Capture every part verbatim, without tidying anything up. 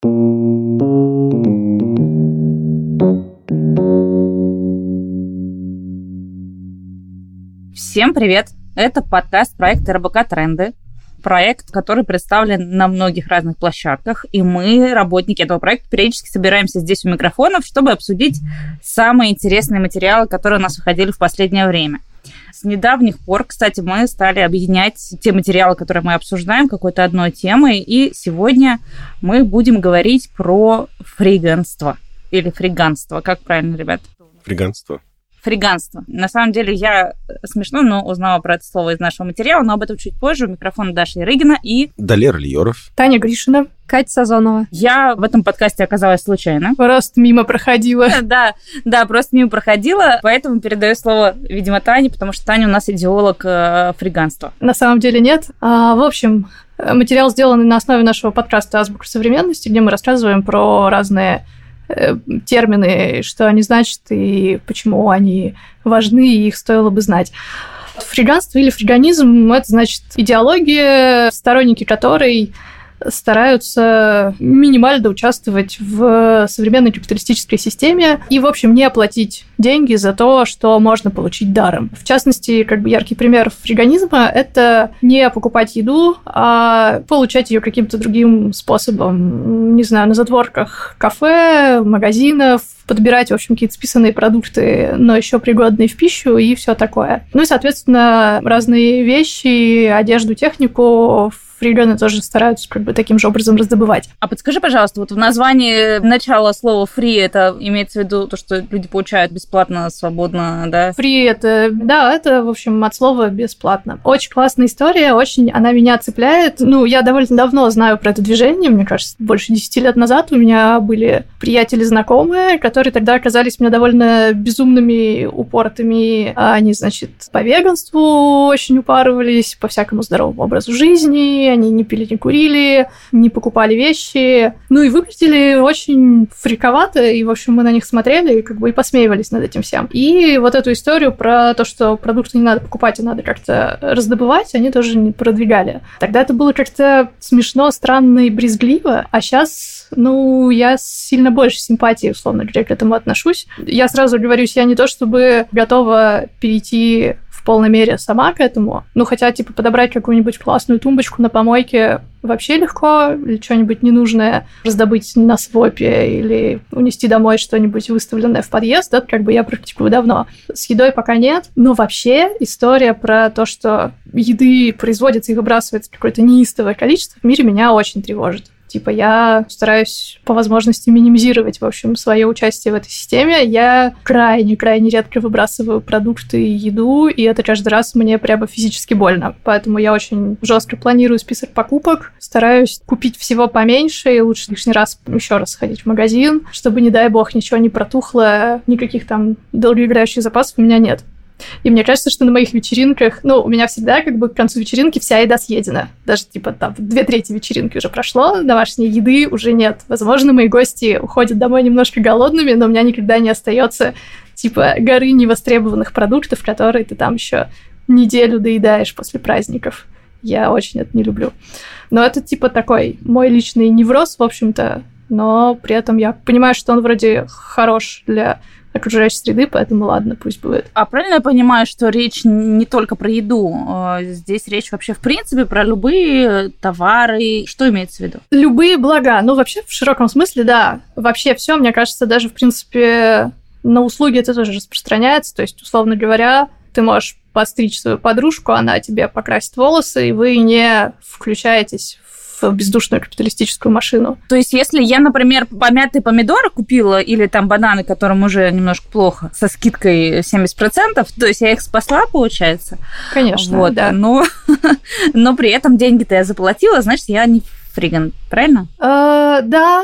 Всем привет! Это подкаст проекта эр бэ ка Тренды. Проект, который представлен на многих разных площадках, и мы, работники этого проекта, периодически собираемся здесь у микрофонов, чтобы обсудить самые интересные материалы, которые у нас выходили в последнее время. С недавних пор, кстати, мы стали объединять те материалы, которые мы обсуждаем, какой-то одной темой, и сегодня мы будем говорить про фриганство. Или фриганство. Как правильно, ребят? Фриганство. Фриганство. На самом деле, я смешно, но узнала про это слово из нашего материала, но об этом чуть позже. У микрофона Даша Ярыгина и... Далер Льоров. Таня Гришина. Катя Сазонова. Я в этом подкасте оказалась случайно. Просто мимо проходила. Да, да, просто мимо проходила, поэтому передаю слово, видимо, Тане, потому что Таня у нас идеолог фриганства. На самом деле нет. А, в общем, материал сделан на основе нашего подкаста «Азбука современности», где мы рассказываем про разные термины, что они значат и почему они важны, и их стоило бы знать. Фриганство или фриганизм – это, значит, идеология, сторонники которой стараются минимально участвовать в современной капиталистической системе и, в общем, не оплатить деньги за то, что можно получить даром. В частности, как бы яркий пример фриганизма – это не покупать еду, а получать ее каким-то другим способом. Не знаю, на задворках кафе, магазинов, подбирать, в общем, какие-то списанные продукты, но еще пригодные в пищу и все такое. Ну и, соответственно, разные вещи, одежду, технику фриганы тоже стараются как бы таким же образом раздобывать. А подскажи, пожалуйста, вот в названии начала слова «фри» это имеется в виду то, что люди получают бесплатно, свободно, да? Фри – это, да, это, в общем, от слова «бесплатно». Очень классная история, очень она меня цепляет. Ну, я довольно давно знаю про это движение, мне кажется, больше десяти лет назад у меня были приятели-знакомые, которые тогда оказались мне довольно безумными, упоротыми. Они, значит, по веганству очень упарывались, по всякому здоровому образу жизни. Они не пили, не курили, не покупали вещи. Ну и выглядели очень фриковато, и, в общем, мы на них смотрели и как бы и посмеивались над этим всем. И вот эту историю про то, что продукты не надо покупать, а надо как-то раздобывать, они тоже не продвигали. Тогда это было как-то смешно, странно и брезгливо, а сейчас, ну, я сильно больше симпатии, условно говоря, к этому отношусь. Я сразу говорюсь, я не то чтобы готова перейти в полной мере сама к этому. Ну, хотя, типа, подобрать какую-нибудь классную тумбочку на помойке вообще легко, или что-нибудь ненужное раздобыть на свопе, или унести домой что-нибудь выставленное в подъезд, это как бы я практикую давно. С едой пока нет. Но вообще история про то, что еды производится и выбрасывается какое-то неистовое количество, в мире меня очень тревожит. Типа, я стараюсь по возможности минимизировать, в общем, свое участие в этой системе. Я крайне-крайне редко выбрасываю продукты и еду, и это каждый раз мне прямо физически больно. Поэтому я очень жестко планирую список покупок, стараюсь купить всего поменьше, и лучше лишний раз еще раз сходить в магазин, чтобы, не дай бог, ничего не протухло, никаких там долгоиграющих запасов у меня нет. И мне кажется, что на моих вечеринках, ну, у меня всегда как бы к концу вечеринки вся еда съедена. Даже, типа, там, две трети вечеринки уже прошло, домашней еды уже нет. Возможно, мои гости уходят домой немножко голодными, но у меня никогда не остается, типа, горы невостребованных продуктов, которые ты там еще неделю доедаешь после праздников. Я очень это не люблю. Но это, типа, такой мой личный невроз, в общем-то, но при этом я понимаю, что он вроде хорош для окружающей среды, поэтому ладно, пусть будет. А правильно я понимаю, что речь не только про еду? Здесь речь вообще в принципе про любые товары. Что имеется в виду? Любые блага. Ну, вообще, в широком смысле, да. Вообще все, мне кажется, даже, в принципе, на услуги это тоже распространяется. То есть, условно говоря, ты можешь постричь свою подружку, она тебе покрасит волосы, и вы не включаетесь в бездушную капиталистическую машину. То есть, если я, например, помятые помидоры купила или там бананы, которым уже немножко плохо, со скидкой семьдесят процентов, то есть я их спасла, получается? Конечно, вот, да. Но, но при этом деньги-то я заплатила, значит, я не фриган, правильно? Uh, да,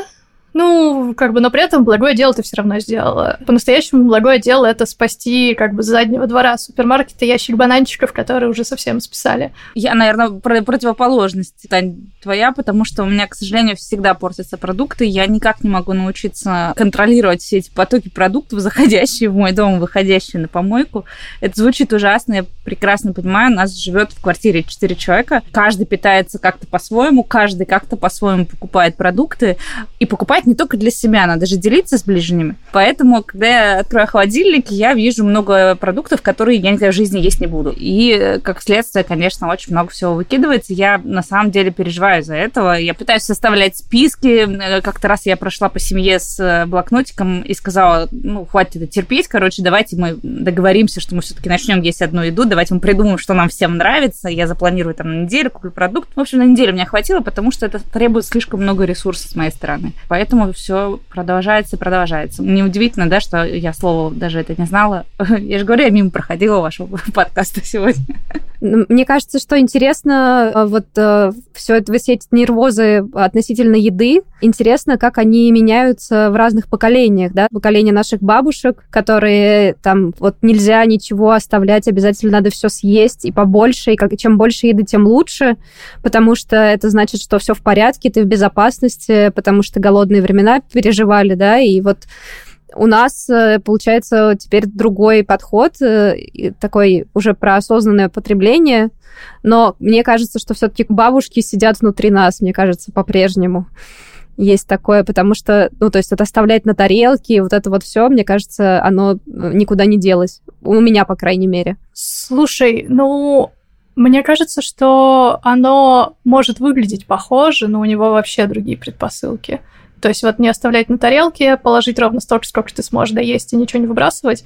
Ну, как бы, но при этом благое дело ты все равно сделала. По-настоящему благое дело — это спасти, как бы, с заднего двора супермаркета ящик бананчиков, которые уже совсем списали. Я, наверное, про противоположность, Тань, твоя, потому что у меня, к сожалению, всегда портятся продукты. Я никак не могу научиться контролировать все эти потоки продуктов, заходящие в мой дом, выходящие на помойку. Это звучит ужасно, я прекрасно понимаю. У нас живет в квартире четыре человека. Каждый питается как-то по-своему, каждый как-то по-своему покупает продукты. И покупать не только для себя, надо же делиться с ближними. Поэтому, когда я открываю холодильник, я вижу много продуктов, которые я никогда в жизни есть не буду. И, как следствие, конечно, очень много всего выкидывается. Я, на самом деле, переживаю из-за этого. Я пытаюсь составлять списки. Как-то раз я прошла по семье с блокнотиком и сказала, ну, хватит это терпеть, короче, давайте мы договоримся, что мы все-таки начнем есть одну еду, давайте мы придумаем, что нам всем нравится. Я запланирую там на неделю, куплю продукт. В общем, на неделю мне хватило, потому что это требует слишком много ресурсов с моей стороны. Поэтому все продолжается и продолжается. Неудивительно, да, что я слово даже это не знала. Я же говорю, я мимо проходила вашего подкаста сегодня. Мне кажется, что интересно, вот все это, все эти нервозы относительно еды, интересно, как они меняются в разных поколениях, да, поколение наших бабушек, которые там вот нельзя ничего оставлять, обязательно надо все съесть и побольше, и как, чем больше еды, тем лучше, потому что это значит, что все в порядке, ты в безопасности, потому что голодные времена переживали, да, и вот у нас, получается, теперь другой подход, такой уже про осознанное потребление, но мне кажется, что все-таки бабушки сидят внутри нас, мне кажется, по-прежнему. Есть такое, потому что, ну, то есть это оставлять на тарелке, вот это вот все, мне кажется, оно никуда не делось. У меня, по крайней мере. Слушай, ну, мне кажется, что оно может выглядеть похоже, но у него вообще другие предпосылки. То есть вот не оставлять на тарелке, положить ровно столько, сколько ты сможешь доесть и ничего не выбрасывать.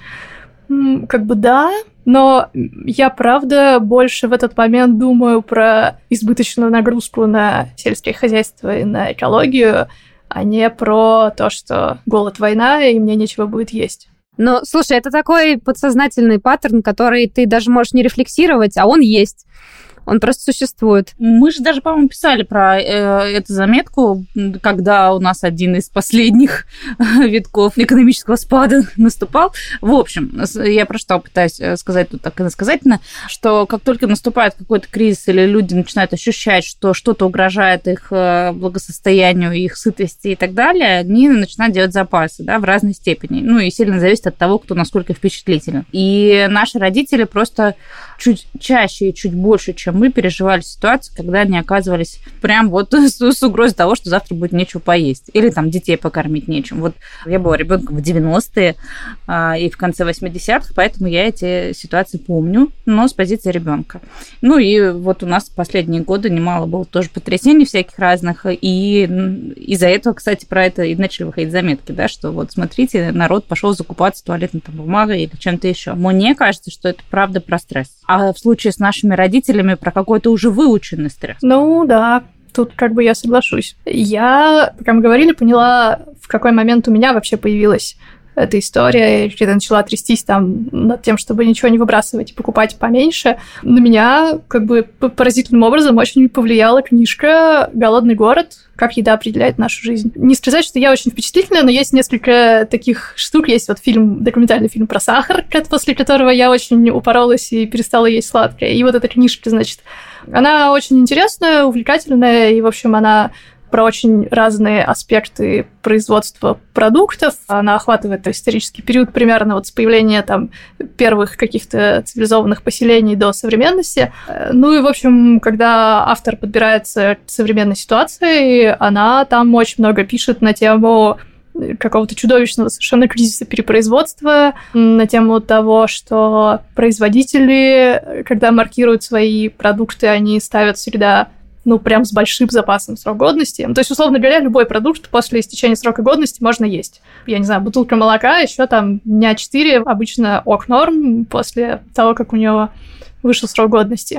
Как бы да, но я, правда, больше в этот момент думаю про избыточную нагрузку на сельское хозяйство и на экологию, а не про то, что голод, война, и мне нечего будет есть. Ну, слушай, это такой подсознательный паттерн, который ты даже можешь не рефлексировать, а он есть. Он просто существует. Мы же даже, по-моему, писали про э, эту заметку, когда у нас один из последних витков экономического спада наступал. В общем, я про что пытаюсь сказать тут так иносказательно, что как только наступает какой-то кризис или люди начинают ощущать, что что-то угрожает их благосостоянию, их сытости и так далее, они начинают делать запасы, да, в разной степени. Ну, и сильно зависит от того, кто насколько впечатлителен. И наши родители просто чуть чаще и чуть больше, чем мы, переживали ситуацию, когда они оказывались прям вот с, с угрозой того, что завтра будет нечего поесть. Или там детей покормить нечем. Вот я была ребенком в девяностые а, и в конце восьмидесятых, поэтому я эти ситуации помню, но с позиции ребенка. Ну и вот у нас последние годы немало было тоже потрясений всяких разных, и из-за этого, кстати, про это и начали выходить заметки, да, что вот смотрите, народ пошел закупаться туалетной бумагой или чем-то еще. Мне кажется, что это правда про стресс. А в случае с нашими родителями про какой-то уже выученный стресс. Ну да, тут как бы я соглашусь. Я, пока мы говорили, поняла, в какой момент у меня вообще появилась эта история, когда начала трястись там над тем, чтобы ничего не выбрасывать и покупать поменьше. На меня как бы поразительным образом очень повлияла книжка «Голодный город. Как еда определяет нашу жизнь». Не сказать, что я очень впечатлительная, но есть несколько таких штук. Есть вот фильм, документальный фильм про сахар, после которого я очень упоролась и перестала есть сладкое. И вот эта книжка, значит, она очень интересная, увлекательная, и, в общем, она про очень разные аспекты производства продуктов. Она охватывает исторический период примерно вот с появления там первых каких-то цивилизованных поселений до современности. Ну и, в общем, когда автор подбирается к современной ситуации, она там очень много пишет на тему какого-то чудовищного совершенно кризиса перепроизводства, на тему того, что производители, когда маркируют свои продукты, они ставят всегда ну, прям с большим запасом срок годности. То есть, условно говоря, любой продукт после истечения срока годности можно есть. Я не знаю, бутылка молока еще там дня четыре, обычно ок норм после того, как у него вышел срок годности.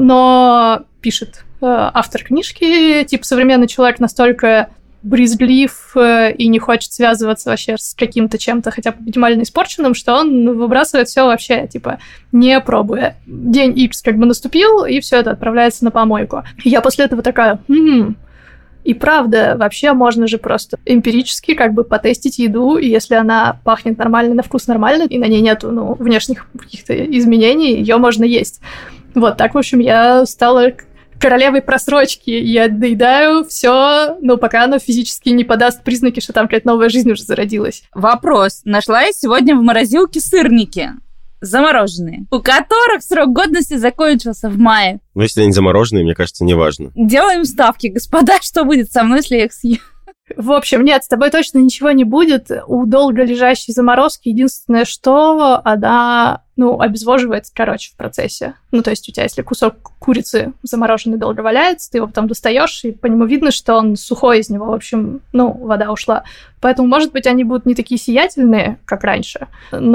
Но пишет э, автор книжки, типа, современный человек настолько брезглив и не хочет связываться вообще с каким-то чем-то хотя бы минимально испорченным, что он выбрасывает все вообще, типа, не пробуя. День X как бы наступил, и все это отправляется на помойку. И я после этого такая, м-м, И правда, вообще можно же просто эмпирически как бы потестить еду, и если она пахнет нормально, на вкус нормально, и на ней нету, ну, внешних каких-то изменений, ее можно есть. Вот так, в общем, я стала королевой просрочки. Я доедаю все, но пока оно физически не подаст признаки, что там какая-то новая жизнь уже зародилась. Вопрос. Нашла я сегодня в морозилке сырники. Замороженные, у которых срок годности закончился в мае. Но если они замороженные, мне кажется, неважно. Делаем ставки, господа, что будет со мной, если я их съем? В общем, нет, с тобой точно ничего не будет. У долго лежащей заморозки единственное, что она, ну, обезвоживается, короче, в процессе. Ну, то есть у тебя, если кусок курицы замороженный долго валяется, ты его потом достаешь, и по нему видно, что он сухой из него. В общем, ну, вода ушла. Поэтому, может быть, они будут не такие сиятельные, как раньше,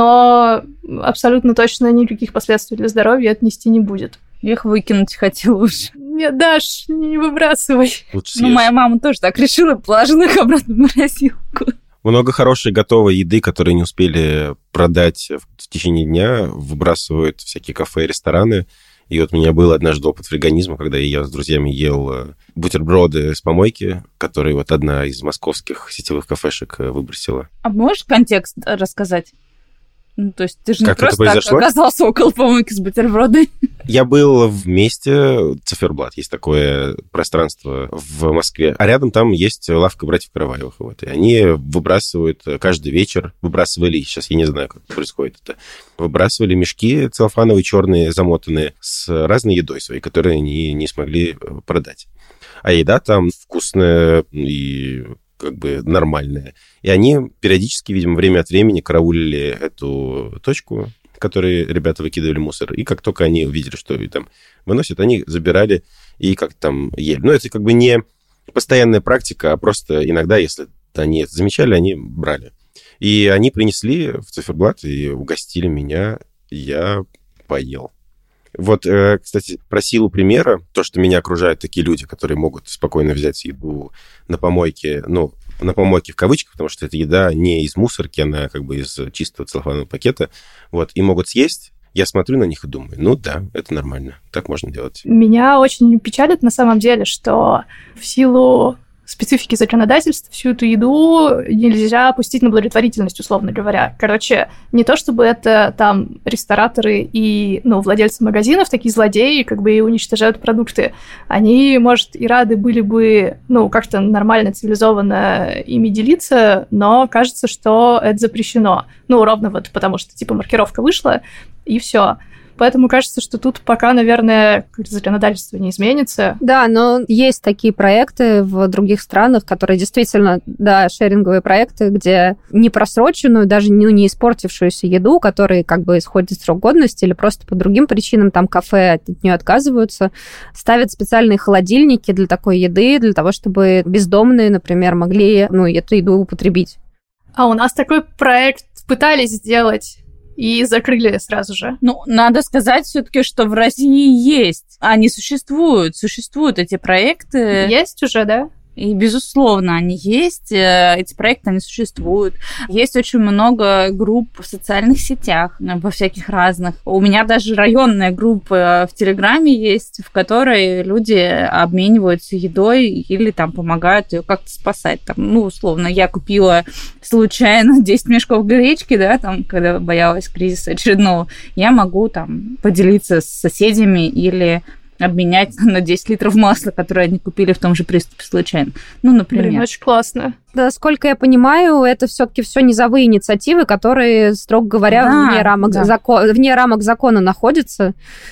но абсолютно точно никаких последствий для здоровья это нести не будет. Я их выкинуть хотела уже. Нет, Даш, не выбрасывай. Лучше Ну, съешь. моя мама тоже так решила, положила их обратно в морозилку. Много хорошей готовой еды, которые не успели продать в течение дня, выбрасывают всякие кафе и рестораны. И вот у меня был однажды опыт веганизма, когда я с друзьями ел бутерброды с помойки, которые вот одна из московских сетевых кафешек выбросила. А можешь контекст рассказать? Ну, то есть ты же не Как это просто так произошло? оказался около помойки с бутербродами. Я был в месте Циферблат, есть такое пространство в Москве, а рядом там есть лавка братьев Караваевых. Вот, и они выбрасывают каждый вечер, выбрасывали, сейчас я не знаю, как происходит это, выбрасывали мешки целлофановые, черные, замотанные, с разной едой своей, которые они не смогли продать. А еда там вкусная и как бы нормальная. И они периодически, видимо, время от времени караулили эту точку, в которой ребята выкидывали мусор. И как только они увидели, что и там выносят, они забирали и как там ели. Но это как бы не постоянная практика, а просто иногда, если они это замечали, они брали. И они принесли в Циферблат и угостили меня. Я поел. Вот, кстати, про силу примера, то, что меня окружают такие люди, которые могут спокойно взять еду на помойке, ну, на помойке в кавычках, потому что эта еда не из мусорки, она как бы из чистого целлофанового пакета, вот, и могут съесть. Я смотрю на них и думаю, ну да, это нормально, так можно делать. Меня очень печалит на самом деле, что в силу специфики законодательства всю эту еду нельзя пустить на благотворительность, условно говоря. Короче, не то чтобы это там рестораторы и, ну, владельцы магазинов, такие злодеи, как бы и уничтожают продукты. Они, может, и рады были бы, ну, как-то нормально, цивилизованно ими делиться, но кажется, что это запрещено. Ну, ровно вот потому что, типа, маркировка вышла, и все. Поэтому кажется, что тут пока, наверное, законодательство не изменится. Да, но есть такие проекты в других странах, которые действительно, да, шеринговые проекты, где не просроченную, даже ну, не испортившуюся еду, которые как бы исходят срок годности или просто по другим причинам, там кафе от нее отказываются, ставят специальные холодильники для такой еды, для того, чтобы бездомные, например, могли ну, эту еду употребить. А у нас такой проект пытались сделать и закрыли сразу же. Ну, надо сказать все-таки, что в России есть. Они существуют. Существуют эти проекты. Есть уже, да? И, безусловно, они есть, эти проекты, они существуют. Есть очень много групп в социальных сетях, во всяких разных. У меня даже районная группа в Телеграме есть, в которой люди обмениваются едой или там помогают ее как-то спасать. Там, ну, условно, я купила случайно десять мешков гречки, да, там, когда боялась кризиса очередного. Я могу там поделиться с соседями или обменять на десять литров масла, которое они купили в том же приступе случайно. Ну, например. Блин, очень классно. Да, сколько я понимаю, это все-таки все низовые инициативы, которые, строго говоря, да, вне, рамок да. закон, вне рамок закона находятся.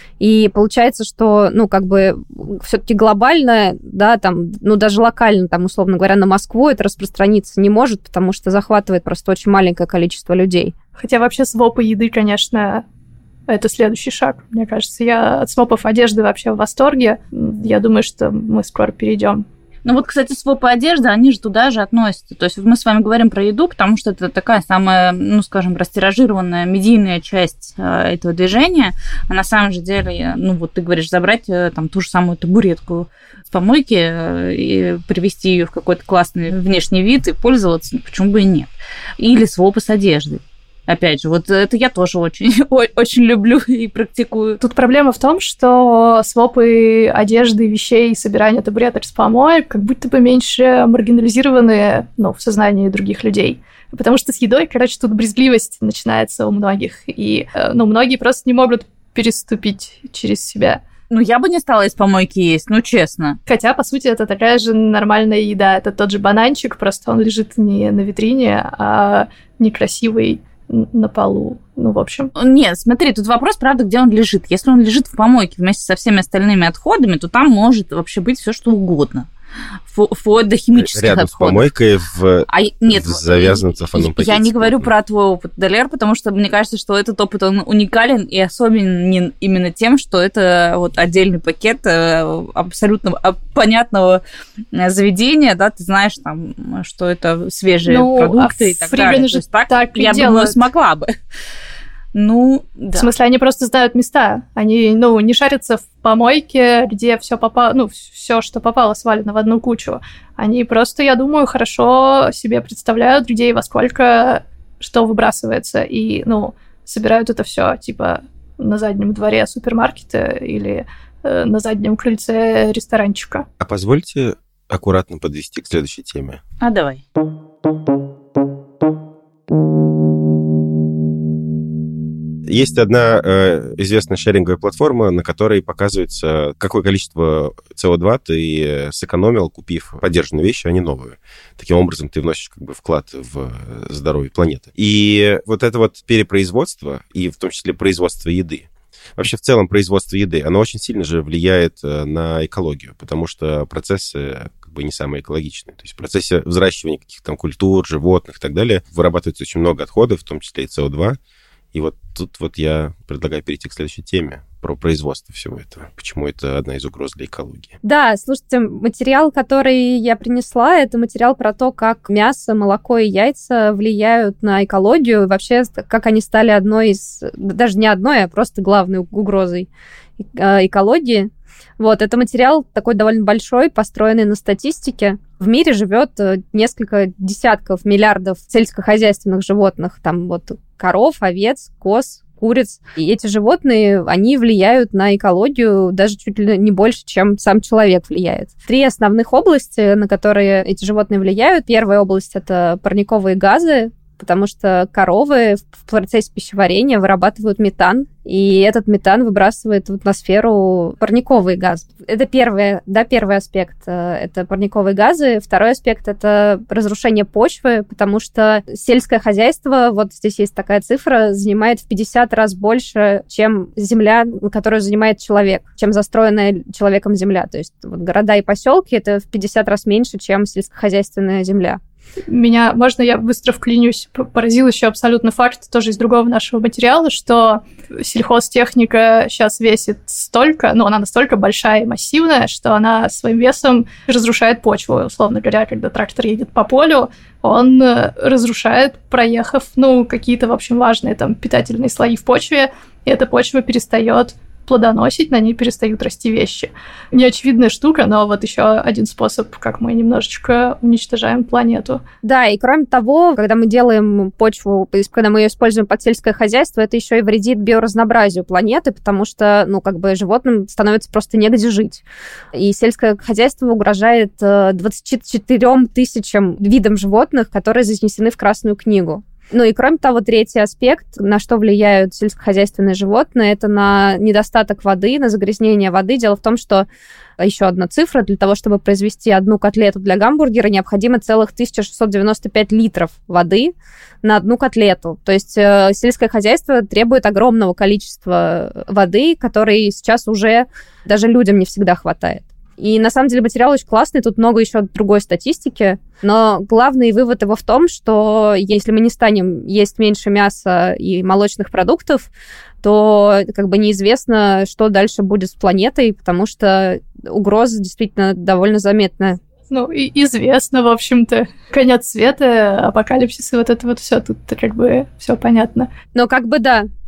И получается, что, ну, как бы, все-таки глобально, да, там, ну, даже локально, там, условно говоря, на Москву это распространиться не может, потому что захватывает просто очень маленькое количество людей. Хотя вообще свопы еды, конечно, это следующий шаг, мне кажется. Я от свопов одежды вообще в восторге. Я думаю, что мы скоро перейдем. Ну вот, кстати, свопы одежды, они же туда же относятся. То есть мы с вами говорим про еду, потому что это такая самая, ну, скажем, растиражированная медийная часть этого движения. А на самом же деле, ну вот ты говоришь, забрать там ту же самую табуретку с помойки и привести ее в какой-то классный внешний вид и пользоваться, почему бы и нет. Или свопы с одеждой. Опять же, вот это я тоже очень, очень люблю и практикую. Тут проблема в том, что свопы одежды, вещей, собирание табуреток с помоек как будто бы меньше маргинализированы, ну, в сознании других людей. Потому что с едой, короче, тут брезгливость начинается у многих. И, ну, многие просто не могут переступить через себя. Ну, я бы не стала из помойки есть, ну, честно. Хотя, по сути, это такая же нормальная еда. Это тот же бананчик, просто он лежит не на витрине, а некрасивый на полу. Ну, в общем. Нет, смотри, тут вопрос, правда, где он лежит. Если он лежит в помойке вместе со всеми остальными отходами, то там может вообще быть все что угодно. Вплоть до химических Рядом отходов. Рядом с помойкой в, а, нет, в завязанном целлофановом пакете. Я не говорю про твой опыт, Далер, потому что мне кажется, что этот опыт, он уникален и особенен именно тем, что это вот отдельный пакет абсолютно понятного заведения, да, ты знаешь, там, что это свежие ну, продукты а и так далее. То есть так, так я делают. думаю, смогла бы. Ну, да. В смысле, они просто знают места. Они, ну, не шарятся в помойке, где все попало, ну, все, что попало, свалено в одну кучу. Они просто, я думаю, хорошо себе представляют людей, во сколько что выбрасывается, и, ну, собирают это все, типа, на заднем дворе супермаркета или э, на заднем крыльце ресторанчика. А позвольте аккуратно подвести к следующей теме. А давай. Есть одна э, известная шеринговая платформа, на которой показывается, какое количество си о два ты сэкономил, купив подержанные вещи, а не новые. Таким образом, ты вносишь как бы вклад в здоровье планеты. И вот это вот перепроизводство, и в том числе производство еды, вообще в целом производство еды, оно очень сильно же влияет на экологию, потому что процессы как бы не самые экологичные. То есть в процессе взращивания каких-то там культур, животных и так далее вырабатывается очень много отходов, в том числе и си о два. И вот тут вот я предлагаю перейти к следующей теме про производство всего этого. Почему это одна из угроз для экологии. Да, слушайте, материал, который я принесла, это материал про то, как мясо, молоко и яйца влияют на экологию, и вообще, как они стали одной из, даже не одной, а просто главной угрозой экологии. Вот, это материал такой довольно большой, построенный на статистике. В мире живет несколько десятков миллиардов сельскохозяйственных животных. Там вот коров, овец, коз, куриц. И эти животные, они влияют на экологию даже чуть ли не больше, чем сам человек влияет. Три основных области, на которые эти животные влияют. Первая область — это парниковые газы, потому что коровы в процессе пищеварения вырабатывают метан, и этот метан выбрасывает в атмосферу парниковые газы. Это первый, да, первый аспект, это парниковые газы. Второй аспект — это разрушение почвы, потому что сельское хозяйство, вот здесь есть такая цифра, занимает в пятьдесят раз больше, чем земля, которую занимает человек, чем застроенная человеком земля. То есть вот города и поселки — это в пятьдесят раз меньше, чем сельскохозяйственная земля. Меня, можно я быстро вклинюсь, поразил еще абсолютно факт, тоже из другого нашего материала, что сельхозтехника сейчас весит столько, ну, она настолько большая и массивная, что она своим весом разрушает почву. Условно говоря, когда трактор едет по полю, он разрушает, проехав, ну, какие-то, в общем, важные там питательные слои в почве, и эта почва перестает плодоносить, на ней перестают расти вещи. Неочевидная штука, но вот еще один способ, как мы немножечко уничтожаем планету. Да, и кроме того, когда мы делаем почву, когда мы ее используем под сельское хозяйство, это еще и вредит биоразнообразию планеты, потому что, ну, как бы животным становится просто негде жить. И сельское хозяйство угрожает двадцати четырем тысячам видам животных, которые занесены в Красную книгу. Ну и кроме того, третий аспект, на что влияют сельскохозяйственные животные, это на недостаток воды, на загрязнение воды. Дело в том, что еще одна цифра, для того, чтобы произвести одну котлету для гамбургера, необходимо целых тысяча шестьсот девяносто пять литров воды на одну котлету. То есть э, сельское хозяйство требует огромного количества воды, которой сейчас уже даже людям не всегда хватает. И на самом деле материал очень классный, тут много еще другой статистики, но главный вывод его в том, что если мы не станем есть меньше мяса и молочных продуктов, то как бы неизвестно, что дальше будет с планетой, потому что угроза действительно довольно заметная. Ну, и известно, в общем-то, конец света, апокалипсис и вот это вот все, тут как бы все понятно. Но как бы да.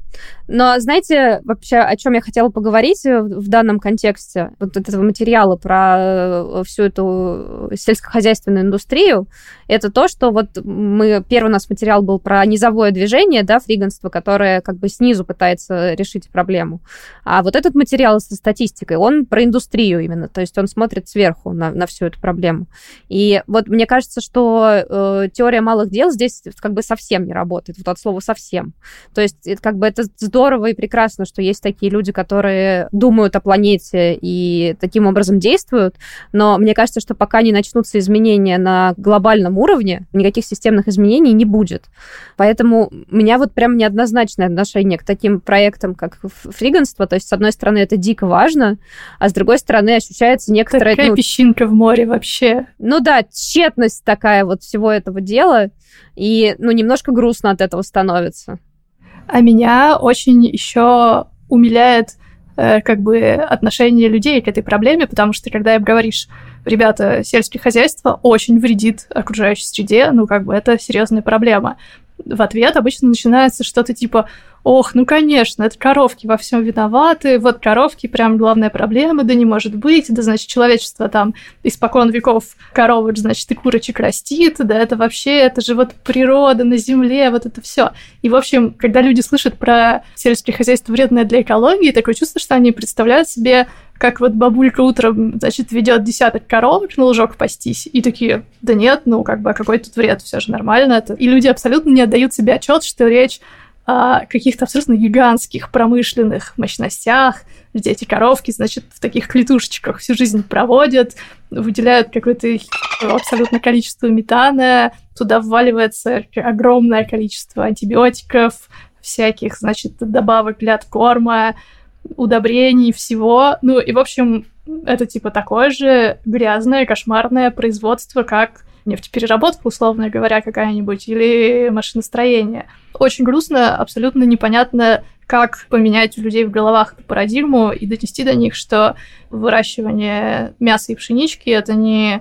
Но знаете, вообще, о чем я хотела поговорить в данном контексте, вот этого материала про всю эту сельскохозяйственную индустрию, это то, что вот мы, первый у нас материал был про низовое движение, да, фриганство, которое как бы снизу пытается решить проблему. А вот этот материал со статистикой, он про индустрию именно, то есть он смотрит сверху на, на всю эту проблему. И вот мне кажется, что э, теория малых дел здесь как бы совсем не работает, вот от слова совсем. То есть это, как бы это здорово и прекрасно, что есть такие люди, которые думают о планете и таким образом действуют, но мне кажется, что пока не начнутся изменения на глобальном уровне, никаких системных изменений не будет. Поэтому у меня вот прям неоднозначное отношение к таким проектам, как фриганство. То есть, с одной стороны, это дико важно, а с другой стороны, ощущается некоторая... Такая ну, песчинка в море вообще. Ну да, тщетность такая вот всего этого дела, и ну немножко грустно от этого становится. А меня очень еще умиляет э, как бы отношение людей к этой проблеме, потому что когда им говоришь, ребята, сельское хозяйство очень вредит окружающей среде, ну как бы это серьезная проблема. В ответ обычно начинается что-то типа: ох, ну конечно, это коровки во всем виноваты, вот коровки прям главная проблема, да не может быть, да значит человечество там испокон веков коровы, значит и курочек растит, да это вообще, это же вот природа на земле, вот это все. И в общем, когда люди слышат про сельское хозяйство вредное для экологии, такое чувство, что они представляют себе, как вот бабулька утром, значит, ведет десяток коровок на лужок пастись, и такие: да нет, ну как бы, а какой тут вред, все же нормально это. И люди абсолютно не отдают себе отчет, что речь о каких-то абсолютно гигантских промышленных мощностях, где эти коровки, значит, в таких клетушечках всю жизнь проводят, выделяют какое-то абсолютно количество метана, туда вваливается огромное количество антибиотиков, всяких, значит, добавок для откорма, удобрений, всего. Ну и, в общем, это типа такое же грязное, кошмарное производство, как нефтепереработка, условно говоря, какая-нибудь, или машиностроение. Очень грустно, абсолютно непонятно, как поменять у людей в головах эту парадигму и донести до них, что выращивание мяса и пшенички — это не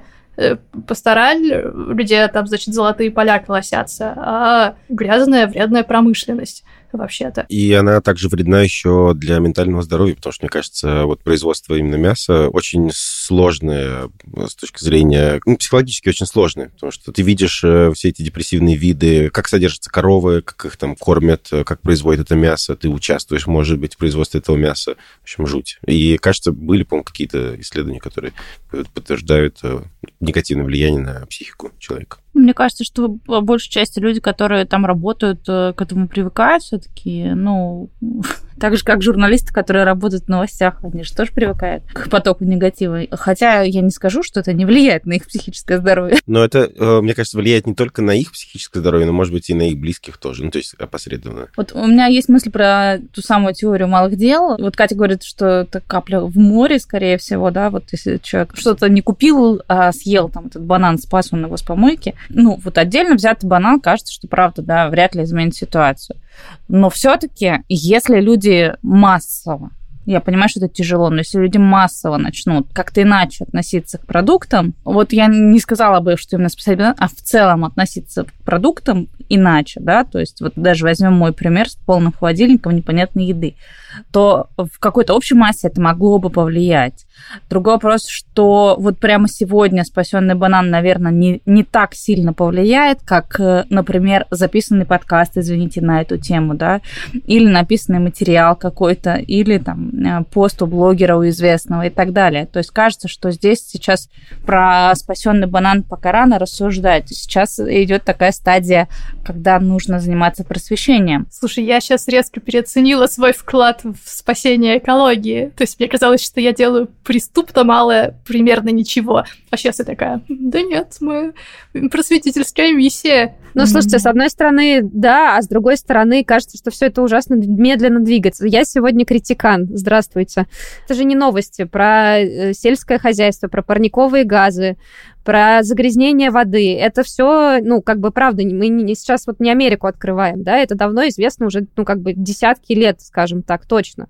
пастораль, где там, значит, золотые поля колосятся, а грязная, вредная промышленность вообще-то. И она также вредна еще для ментального здоровья, потому что, мне кажется, вот производство именно мяса очень сложное с точки зрения, ну, психологически очень сложное, потому что ты видишь все эти депрессивные виды, как содержатся коровы, как их там кормят, как производят это мясо, ты участвуешь, может быть, в производстве этого мяса. В общем, жуть. И, кажется, были, по-моему, какие-то исследования, которые подтверждают негативное влияние на психику человека. Мне кажется, что по большей части люди, которые там работают, к этому привыкают все-таки. Ну, так же, как журналисты, которые работают в новостях, они же тоже привыкают к потоку негатива. Хотя я не скажу, что это не влияет на их психическое здоровье. Но это, мне кажется, влияет не только на их психическое здоровье, но, может быть, и на их близких тоже. Ну, то есть опосредованно. Вот у меня есть мысль про ту самую теорию малых дел. Вот Катя говорит, что это капля в море, скорее всего, да, вот если человек что-то не купил, а съел там этот банан, спас он его с помойки. Ну, вот отдельно взятый банан, кажется, что правда, да, вряд ли изменит ситуацию. Но все-таки, если люди массово, я понимаю, что это тяжело, но если люди массово начнут как-то иначе относиться к продуктам, вот я не сказала бы, что именно специально, а в целом относиться к продуктам иначе, да, то есть вот даже возьмем мой пример с полным холодильником непонятной еды, то в какой-то общей массе это могло бы повлиять. Другой вопрос, что вот прямо сегодня спасенный банан, наверное, не, не так сильно повлияет, как, например, записанный подкаст, извините, на эту тему, да, или написанный материал какой-то, или там пост у блогера, у известного и так далее. То есть кажется, что здесь сейчас про спасенный банан пока рано рассуждать. Сейчас идет такая стадия, когда нужно заниматься просвещением. Слушай, я сейчас резко переоценила свой вклад в спасение экологии. То есть мне казалось, что я делаю преступно малое, примерно ничего. А сейчас я такая: да нет, мы просветительская миссия. Ну, слушайте, с одной стороны, да, а с другой стороны, кажется, что все это ужасно медленно двигается. Я сегодня критикан. Здравствуйте. Это же не новости про сельское хозяйство, про парниковые газы, про загрязнение воды. Это все, ну, как бы, правда, мы не, сейчас вот не Америку открываем, да, это давно известно уже, ну, как бы, десятки лет, скажем так, точно.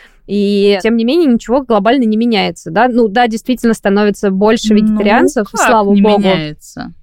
И, тем не менее, ничего глобально не меняется, да. Ну, да, действительно становится больше вегетарианцев, ну, как слава не богу. меняется?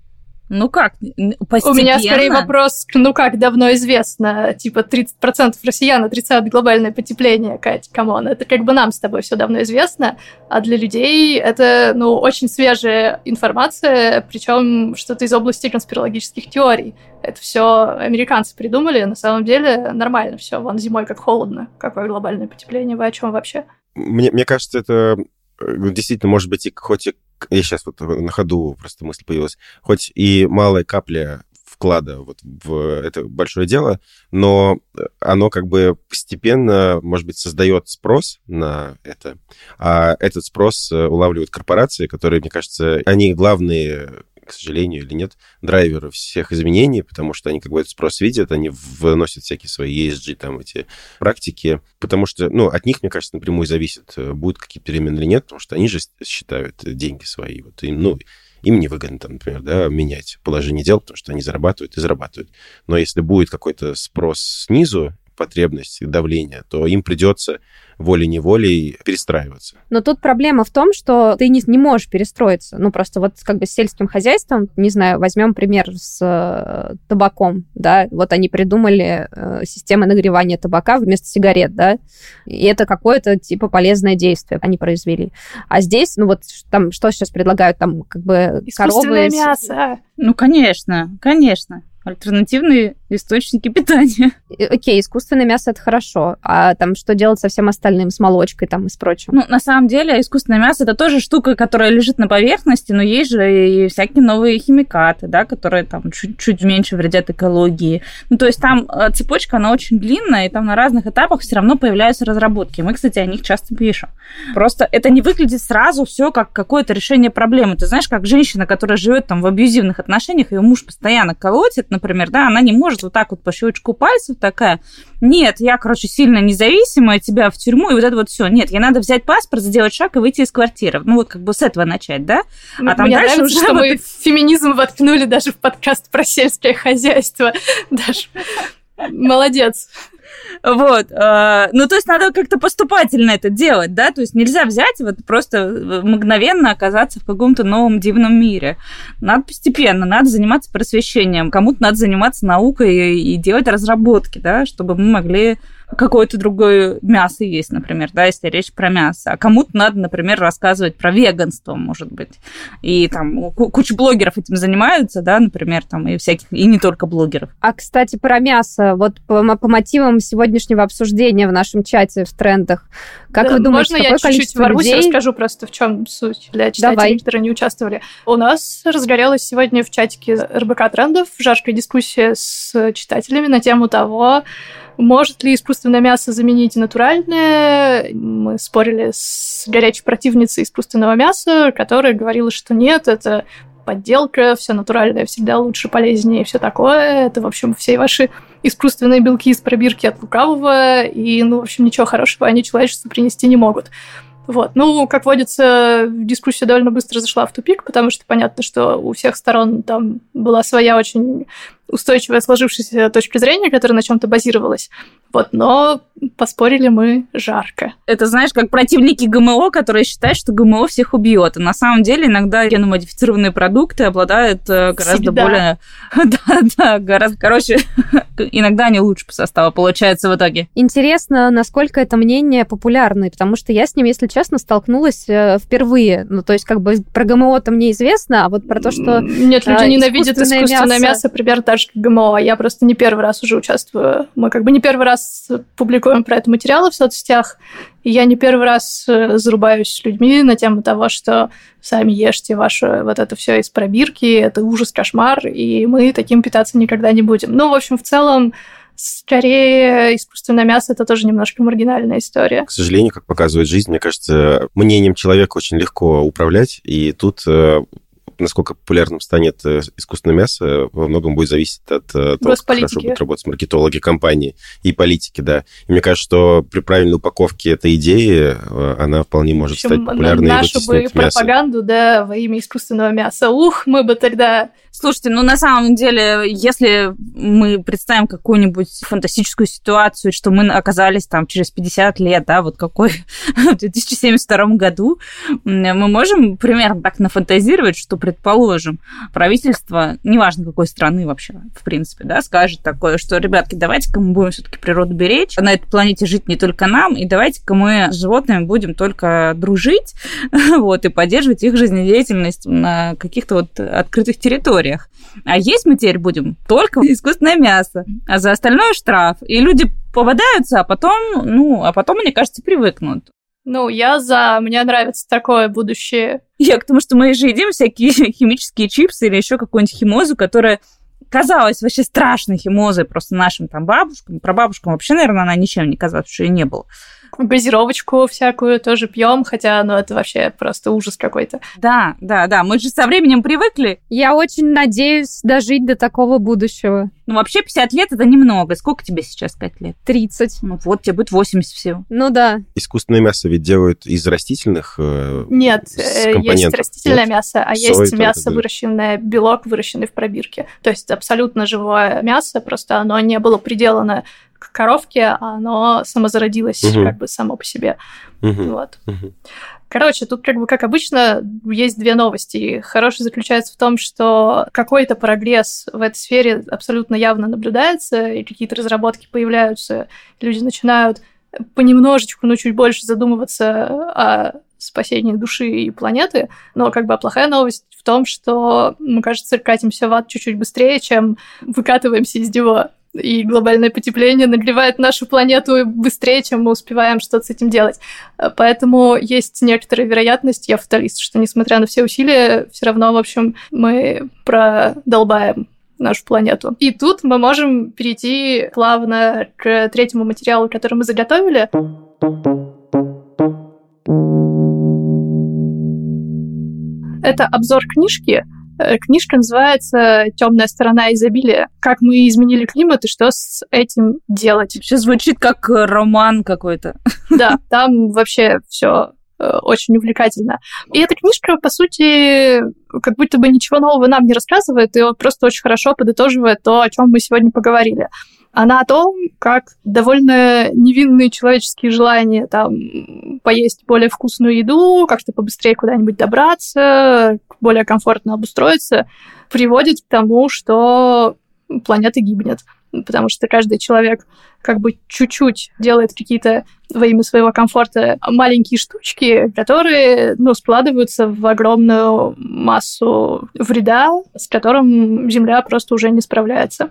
Ну как, постепенно? У меня скорее вопрос, ну как давно известно, типа тридцать процентов россиян отрицают глобальное потепление, Кать, камон, это как бы нам с тобой все давно известно, а для людей это, ну, очень свежая информация, причем что-то из области конспирологических теорий. Это все американцы придумали, на самом деле нормально все, вон зимой как холодно, какое глобальное потепление, вы о чем вообще? Мне, мне кажется, это действительно может быть и хоть и я сейчас вот на ходу просто мысль появилась, хоть и малая капля вклада вот в это большое дело, но оно как бы постепенно, может быть, создает спрос на это, а этот спрос улавливают корпорации, которые, мне кажется, они главные, к сожалению или нет, драйверы всех изменений, потому что они как бы этот спрос видят, они выносят всякие свои и эс джи, там, эти практики, потому что, ну, от них, мне кажется, напрямую зависит, будут какие-то перемены или нет, потому что они же считают деньги свои, вот, им, ну, им невыгодно, там, например, да, менять положение дел, потому что они зарабатывают и зарабатывают. Но если будет какой-то спрос снизу, потребность, давление, то им придется волей-неволей перестраиваться. Но тут проблема в том, что ты не, не можешь перестроиться. Ну, просто вот как бы с сельским хозяйством, не знаю, возьмем пример с э, табаком, да, вот они придумали э, систему нагревания табака вместо сигарет, да, и это какое-то типа полезное действие они произвели. А здесь, ну вот там, что сейчас предлагают, там как бы искусственное коровы... мясо. Ну, конечно, конечно. Альтернативные источники питания. Окей, искусственное мясо – это хорошо. А там что делать со всем остальным, с молочкой там и с прочим? Ну, на самом деле, искусственное мясо – это тоже штука, которая лежит на поверхности, но есть же и всякие новые химикаты, да, которые там чуть-чуть меньше вредят экологии. Ну, то есть там цепочка, она очень длинная, и там на разных этапах все равно появляются разработки. Мы, кстати, о них часто пишем. Просто это не выглядит сразу все как какое-то решение проблемы. Ты знаешь, как женщина, которая живет там в абьюзивных отношениях, ее муж постоянно колотит, например, да, она не может вот так вот по щелчку пальцев такая, нет, я, короче, сильно независимая, тебя в тюрьму, и вот это вот все. Нет, ей надо взять паспорт, сделать шаг и выйти из квартиры. Ну, вот как бы с этого начать, да? А там Мне дальше нравится, уже... что мы феминизм воткнули даже в подкаст про сельское хозяйство. Даже молодец. Вот. Ну, то есть надо как-то поступательно это делать, да? То есть нельзя взять и вот просто мгновенно оказаться в каком-то новом дивном мире. Надо постепенно, надо заниматься просвещением. Кому-то надо заниматься наукой и делать разработки, да, чтобы мы могли какое-то другое мясо есть, например, да, если речь про мясо. А кому-то надо, например, рассказывать про веганство, может быть. И там куча блогеров этим занимаются, да, например, там и всяких, и не только блогеров. А, кстати, про мясо. Вот по, по мотивам сегодняшнего обсуждения в нашем чате в трендах. Как да, вы думаете, можно какое я чуть-чуть ворвусь и расскажу просто, в чем суть для читателей, Давай. которые не участвовали. У нас разгорелась сегодня в чатике эр бэ ка трендов жаркая дискуссия с читателями на тему того, может ли искусственное мясо заменить натуральное? Мы спорили с горячей противницей искусственного мяса, которая говорила, что нет, это подделка, все натуральное всегда лучше, полезнее и все такое. Это, в общем, все ваши искусственные белки из пробирки от лукавого, и, ну, в общем, ничего хорошего они человечеству принести не могут. Вот. Ну, как водится, дискуссия довольно быстро зашла в тупик, потому что понятно, что у всех сторон там была своя очень устойчивая сложившаяся точка зрения, которая на чем-то базировалась. Вот, но поспорили мы жарко. Это, знаешь, как противники гэ эм о, которые считают, что гэ эм о всех убьет. А на самом деле иногда геномодифицированные продукты обладают гораздо Всегда. более... Да, да, гораздо... Короче, иногда они лучше по составу получаются в итоге. Интересно, насколько это мнение популярное, потому что я с ним, если честно, столкнулась впервые. Ну, то есть, как бы про гэ эм о-то мне известно, а вот про то, что... Нет, люди ненавидят искусственное мясо, мясо примерно так же, как гэ эм о. Я просто не первый раз уже участвую. Мы как бы не первый раз публикуем про это материалы в соцсетях, и я не первый раз зарубаюсь с людьми на тему того, что сами ешьте ваше вот это все из пробирки, это ужас, кошмар, и мы таким питаться никогда не будем. Ну, в общем, в целом, скорее, искусственное мясо – это тоже немножко маргинальная история. К сожалению, как показывает жизнь, мне кажется, мнением человека очень легко управлять, и тут... насколько популярным станет искусственное мясо, во многом будет зависеть от того, как хорошо будут работать маркетологи компании и политики, да. И мне кажется, что при правильной упаковке этой идеи она вполне может в общем, стать популярной и вытеснить мясо. Нашу бы пропаганду, да, во имя искусственного мяса. Ух, мы бы тогда... Слушайте, ну, на самом деле, если мы представим какую-нибудь фантастическую ситуацию, что мы оказались там через пятьдесят лет, да, вот какой в две тысячи семьдесят втором году, мы можем примерно так нафантазировать, что при предположим, правительство, неважно какой страны вообще, в принципе, да, скажет такое, что, ребятки, давайте-ка мы будем все-таки природу беречь, на этой планете жить не только нам, и давайте-ка мы с животными будем только дружить, вот, и поддерживать их жизнедеятельность на каких-то вот открытых территориях. А есть мы теперь будем только искусственное мясо, а за остальное штраф. И люди попадаются, а потом, ну, а потом, мне кажется, привыкнут. Ну, я за... Мне нравится такое будущее. Я к тому, что мы же едим всякие химические чипсы или еще какую-нибудь химозу, которая казалась вообще страшной химозой просто нашим там бабушкам. Про бабушкам вообще, наверное, она ничем не казалась, потому что ее не было. Газировочку всякую тоже пьем, хотя, ну, это вообще просто ужас какой-то. Да, да, да, мы же со временем привыкли. Я очень надеюсь дожить до такого будущего. Ну, вообще пятьдесят лет – это немного. Сколько тебе сейчас, пять лет? тридцать. Ну, вот тебе будет восемьдесят всего. Ну, да. Искусственное мясо ведь делают из растительных э, Нет, есть растительное Нет? мясо, а Сой есть мясо, тоже, выращенное, белок, выращенный в пробирке. То есть абсолютно живое мясо, просто оно не было приделано к коровке, а оно самозародилось угу. как бы само по себе. Угу. Вот. Угу. Короче, тут как бы, как обычно, есть две новости. Хорошее заключается в том, что какой-то прогресс в этой сфере абсолютно явно наблюдается, и какие-то разработки появляются, люди начинают понемножечку, но чуть больше задумываться о спасении души и планеты. Но как бы плохая новость в том, что, мне кажется, катимся в ад чуть-чуть быстрее, чем выкатываемся из него. И глобальное потепление нагревает нашу планету быстрее, чем мы успеваем что-то с этим делать. Поэтому есть некоторая вероятность, я фаталист, что, несмотря на все усилия, все равно, в общем, мы продолбаем нашу планету. И тут мы можем перейти плавно к третьему материалу, который мы заготовили. Это обзор книжки. Книжка называется «Темная сторона изобилия. Как мы изменили климат и что с этим делать». Сейчас звучит как роман какой-то. Да, там вообще все очень увлекательно. И эта книжка, по сути, как будто бы ничего нового нам не рассказывает, и просто очень хорошо подытоживает то, о чем мы сегодня поговорили. Она о том, как довольно невинные человеческие желания там поесть более вкусную еду, как-то побыстрее куда-нибудь добраться, более комфортно обустроиться, приводит к тому, что планета гибнет. Потому что каждый человек как бы чуть-чуть делает какие-то во имя своего комфорта маленькие штучки, которые, ну, складываются в огромную массу вреда, с которым Земля просто уже не справляется.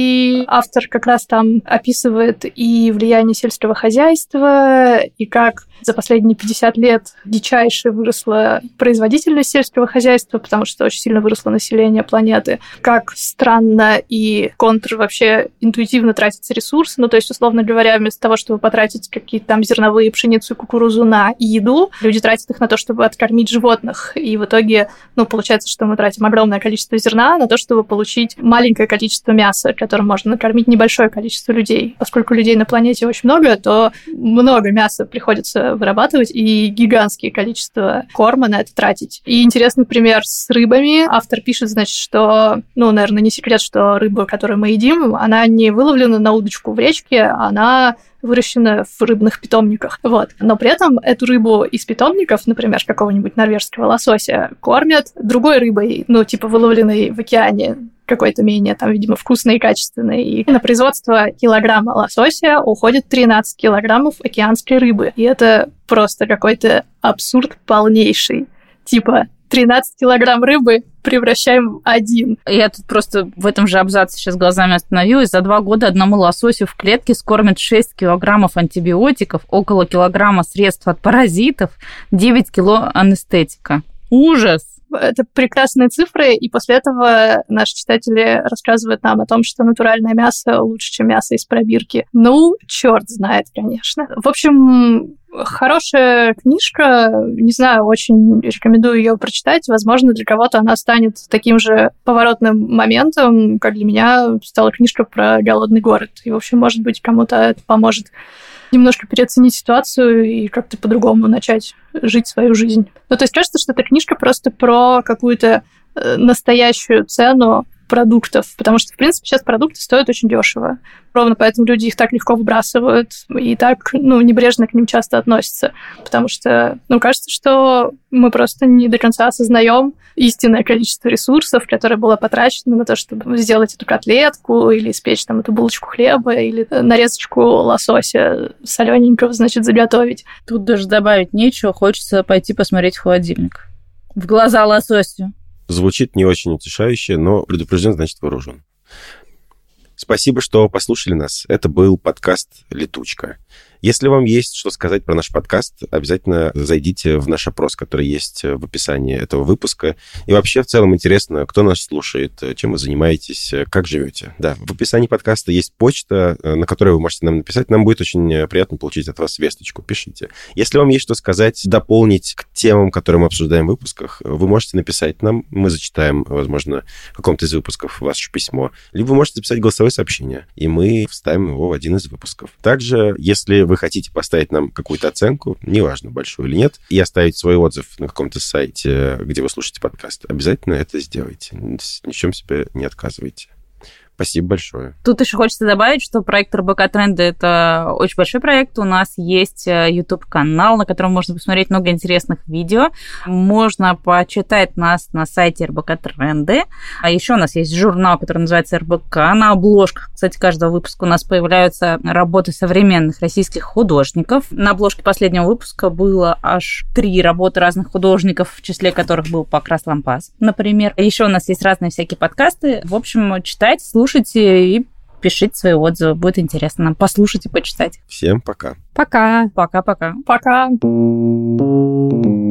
И автор как раз там описывает и влияние сельского хозяйства, и как за последние пятьдесят лет дичайше выросла производительность сельского хозяйства, потому что очень сильно выросло население планеты, как странно и контр вообще интуитивно тратятся ресурсы. Ну, то есть, условно говоря, вместо того, чтобы потратить какие-то там зерновые, пшеницу и кукурузу на еду, люди тратят их на то, чтобы откормить животных. И в итоге, ну, получается, что мы тратим огромное количество зерна на то, чтобы получить маленькое количество мяса, которым можно накормить небольшое количество людей. Поскольку людей на планете очень много, то много мяса приходится вырабатывать и гигантские количества корма на это тратить. И интересный пример с рыбами. Автор пишет, значит, что, ну, наверное, не секрет, что рыба, которую мы едим, она не выловлена на удочку в речке, она выращена в рыбных питомниках. Вот. Но при этом эту рыбу из питомников, например, какого-нибудь норвежского лосося, кормят другой рыбой, ну, типа выловленной в океане, какой-то менее, там, видимо, вкусной и качественной. И на производство килограмма лосося уходит тринадцать килограммов океанской рыбы. И это просто какой-то абсурд полнейший. Типа, тринадцать килограмм рыбы превращаем в один. Я тут просто в этом же абзаце сейчас глазами остановилась. За два года одному лососю в клетке скормят шесть килограммов антибиотиков, около килограмма средств от паразитов, девять кило анестетика. Ужас! Это прекрасные цифры, и после этого наши читатели рассказывают нам о том, что натуральное мясо лучше, чем мясо из пробирки. Ну, черт знает, конечно. В общем, хорошая книжка, не знаю, очень рекомендую ее прочитать. Возможно, для кого-то она станет таким же поворотным моментом, как для меня стала книжка про голодный город. И, в общем, может быть, кому-то это поможет немножко переоценить ситуацию и как-то по-другому начать жить свою жизнь. Ну, то есть кажется, что эта книжка просто про какую-то настоящую цену продуктов, потому что, в принципе, сейчас продукты стоят очень дешево. Ровно поэтому люди их так легко выбрасывают и так, ну, небрежно к ним часто относятся, потому что, ну, кажется, что мы просто не до конца осознаем истинное количество ресурсов, которое было потрачено на то, чтобы сделать эту котлетку или испечь там эту булочку хлеба или нарезочку лосося солененького, значит, заготовить. Тут даже добавить нечего, хочется пойти посмотреть в холодильник. В глаза лососю. Звучит не очень утешающе, но предупрежден, значит вооружен. Спасибо, что послушали нас. Это был подкаст «Летучка». Если вам есть что сказать про наш подкаст, обязательно зайдите в наш опрос, который есть в описании этого выпуска. И вообще, в целом, интересно, кто нас слушает, чем вы занимаетесь, как живете. Да, в описании подкаста есть почта, на которой вы можете нам написать. Нам будет очень приятно получить от вас весточку. Пишите. Если вам есть что сказать, дополнить к темам, которые мы обсуждаем в выпусках, вы можете написать нам. Мы зачитаем, возможно, в каком-то из выпусков ваше письмо. Либо вы можете записать голосовое сообщение, и мы вставим его в один из выпусков. Также, если вы вы хотите поставить нам какую-то оценку, неважно, большую или нет, и оставить свой отзыв на каком-то сайте, где вы слушаете подкаст, обязательно это сделайте. Ни в чем себе не отказывайте. Спасибо большое. Тут еще хочется добавить, что проект эр бэ ка Тренды – это очень большой проект. У нас есть YouTube-канал, на котором можно посмотреть много интересных видео. Можно почитать нас на сайте эр бэ ка Тренды. А еще у нас есть журнал, который называется эр бэ ка. На обложках, кстати, каждого выпуска у нас появляются работы современных российских художников. На обложке последнего выпуска было аж три работы разных художников, в числе которых был Покрас Лампас, например. Еще у нас есть разные всякие подкасты. В общем, читайте, слушайте. Слушайте и пишите свои отзывы. Будет интересно нам послушать и почитать. Всем пока. Пока. Пока-пока. Пока.